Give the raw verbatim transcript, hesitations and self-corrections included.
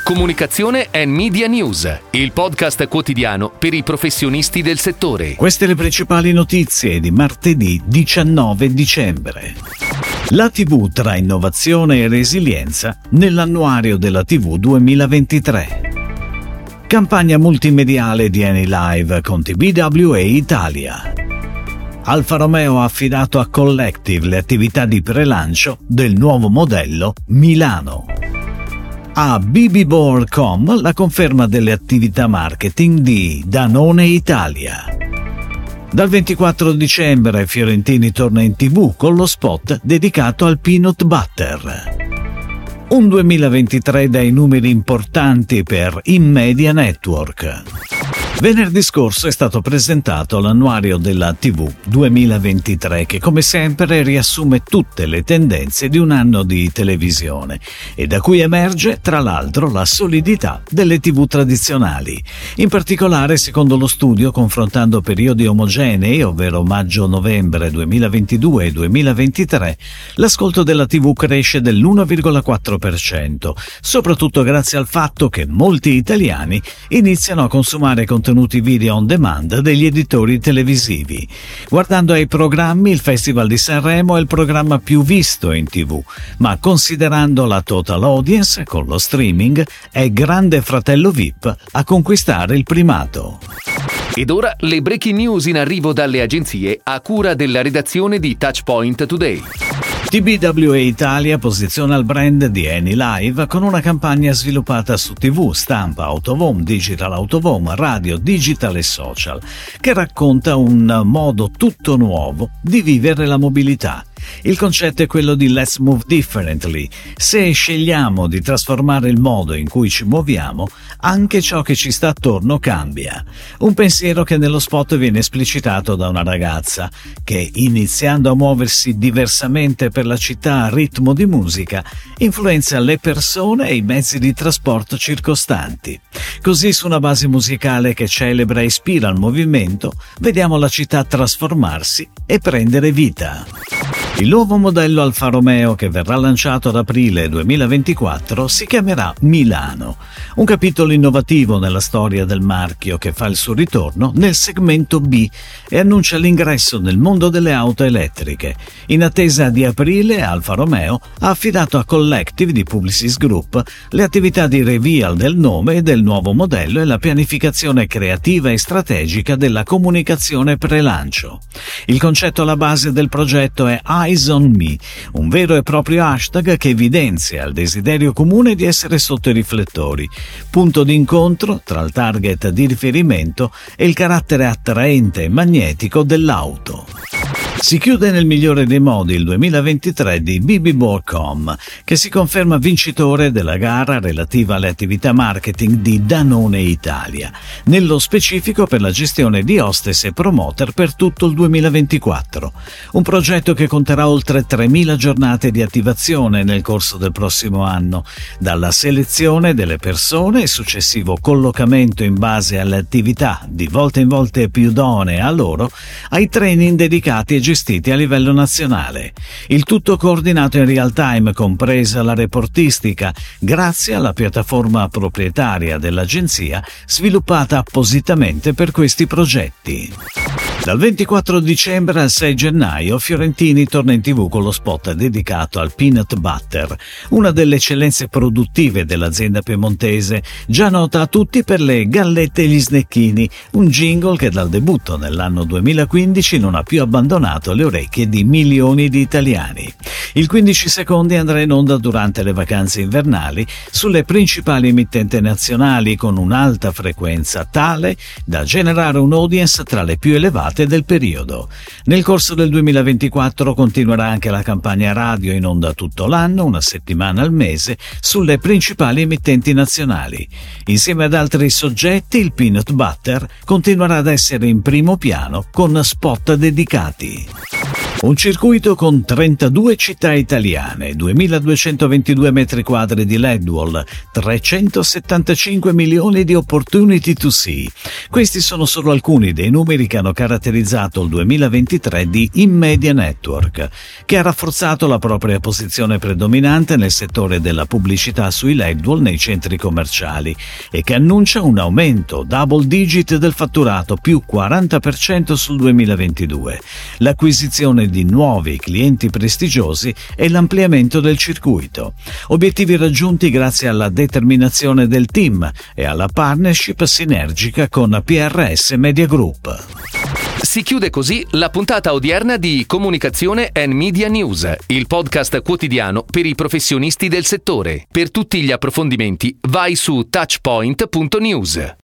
Comunicazione e Media News, il podcast quotidiano per i professionisti del settore. Queste le principali notizie di martedì diciannove dicembre. La tivù tra innovazione e resilienza nell'annuario della tivù duemilaventitré. Campagna multimediale di AnyLive con T B W A Italia. Alfa Romeo ha affidato a Collective le attività di prelancio del nuovo modello Milano. A B B Board punto com la conferma delle attività marketing di Danone Italia. Dal ventiquattro dicembre Fiorentini torna in tivù con lo spot dedicato al peanut butter. Un duemilaventitré dai numeri importanti per Immedia Network. Venerdì scorso è stato presentato l'annuario della tivù duemilaventitré che come sempre riassume tutte le tendenze di un anno di televisione e da cui emerge tra l'altro la solidità delle tivù tradizionali. In particolare, secondo lo studio, confrontando periodi omogenei, ovvero maggio-novembre duemilaventidue e duemilaventitré, l'ascolto della tivù cresce dell'uno virgola quattro per cento, soprattutto grazie al fatto che molti italiani iniziano a consumare contenuti contenuti video on demand degli editori televisivi. Guardando ai programmi, il Festival di Sanremo è il programma più visto in tivù, ma considerando la total audience con lo streaming è Grande Fratello V I P a conquistare il primato. Ed ora le breaking news in arrivo dalle agenzie a cura della redazione di Touchpoint Today. T B W A Italia posiziona il brand di AnyLive con una campagna sviluppata su tivù, stampa, out-of-home, digital out-of-home, radio, digital e social, che racconta un modo tutto nuovo di vivere la mobilità. Il concetto è quello di Let's Move Differently. Se scegliamo di trasformare il modo in cui ci muoviamo, anche ciò che ci sta attorno cambia. Un pensiero che nello spot viene esplicitato da una ragazza che, iniziando a muoversi diversamente per la città a ritmo di musica, influenza le persone e i mezzi di trasporto circostanti. Così, su una base musicale che celebra e ispira il movimento, vediamo la città trasformarsi e prendere vita. Il nuovo modello Alfa Romeo, che verrà lanciato ad aprile duemilaventiquattro, si chiamerà Milano, un capitolo innovativo nella storia del marchio che fa il suo ritorno nel segmento B e annuncia l'ingresso nel mondo delle auto elettriche. In attesa di aprile, Alfa Romeo ha affidato a Collective di Publicis Group le attività di reveal del nome e del nuovo modello e la pianificazione creativa e strategica della comunicazione pre-lancio. Il concetto alla base del progetto è Eyes on Me, un vero e proprio hashtag che evidenzia il desiderio comune di essere sotto i riflettori, punto d'incontro tra il target di riferimento e il carattere attraente e magnetico dell'auto. Si chiude nel migliore dei modi il duemilaventitré di B B Board punto com, che si conferma vincitore della gara relativa alle attività marketing di Danone Italia, nello specifico per la gestione di hostess e promoter per tutto il duemilaventiquattro. Un progetto che conterà oltre tremila giornate di attivazione nel corso del prossimo anno, dalla selezione delle persone e successivo collocamento in base alle attività di volta in volta più idonee a loro, ai training dedicati e gestiti a livello nazionale. Il tutto coordinato in real time, compresa la reportistica, grazie alla piattaforma proprietaria dell'agenzia sviluppata appositamente per questi progetti. Dal ventiquattro dicembre al sei gennaio Fiorentini torna in tivù con lo spot dedicato al peanut butter, una delle eccellenze produttive dell'azienda piemontese, già nota a tutti per le gallette e gli snecchini, un jingle che dal debutto nell'anno duemilaquindici non ha più abbandonato le orecchie di milioni di italiani. Il quindici secondi andrà in onda durante le vacanze invernali sulle principali emittenti nazionali con un'alta frequenza tale da generare un audience tra le più elevate del periodo. Nel corso del duemilaventiquattro continuerà anche la campagna radio in onda tutto l'anno, una settimana al mese, sulle principali emittenti nazionali. Insieme ad altri soggetti, il peanut butter continuerà ad essere in primo piano con spot dedicati. Un circuito con trentadue città italiane, duemiladuecentoventidue metri quadri di L E D wall, trecentosettantacinque milioni di opportunity to see. Questi sono solo alcuni dei numeri che hanno caratterizzato il duemilaventitré di InMedia Network, che ha rafforzato la propria posizione predominante nel settore della pubblicità sui L E D wall nei centri commerciali e che annuncia un aumento double digit del fatturato più quaranta per cento sul duemilaventidue. L'acquisizione di nuovi clienti prestigiosi e l'ampliamento del circuito. Obiettivi raggiunti grazie alla determinazione del team e alla partnership sinergica con P R S Media Group. Si chiude così la puntata odierna di Comunicazione and Media News, il podcast quotidiano per i professionisti del settore. Per tutti gli approfondimenti vai su touchpoint punto news.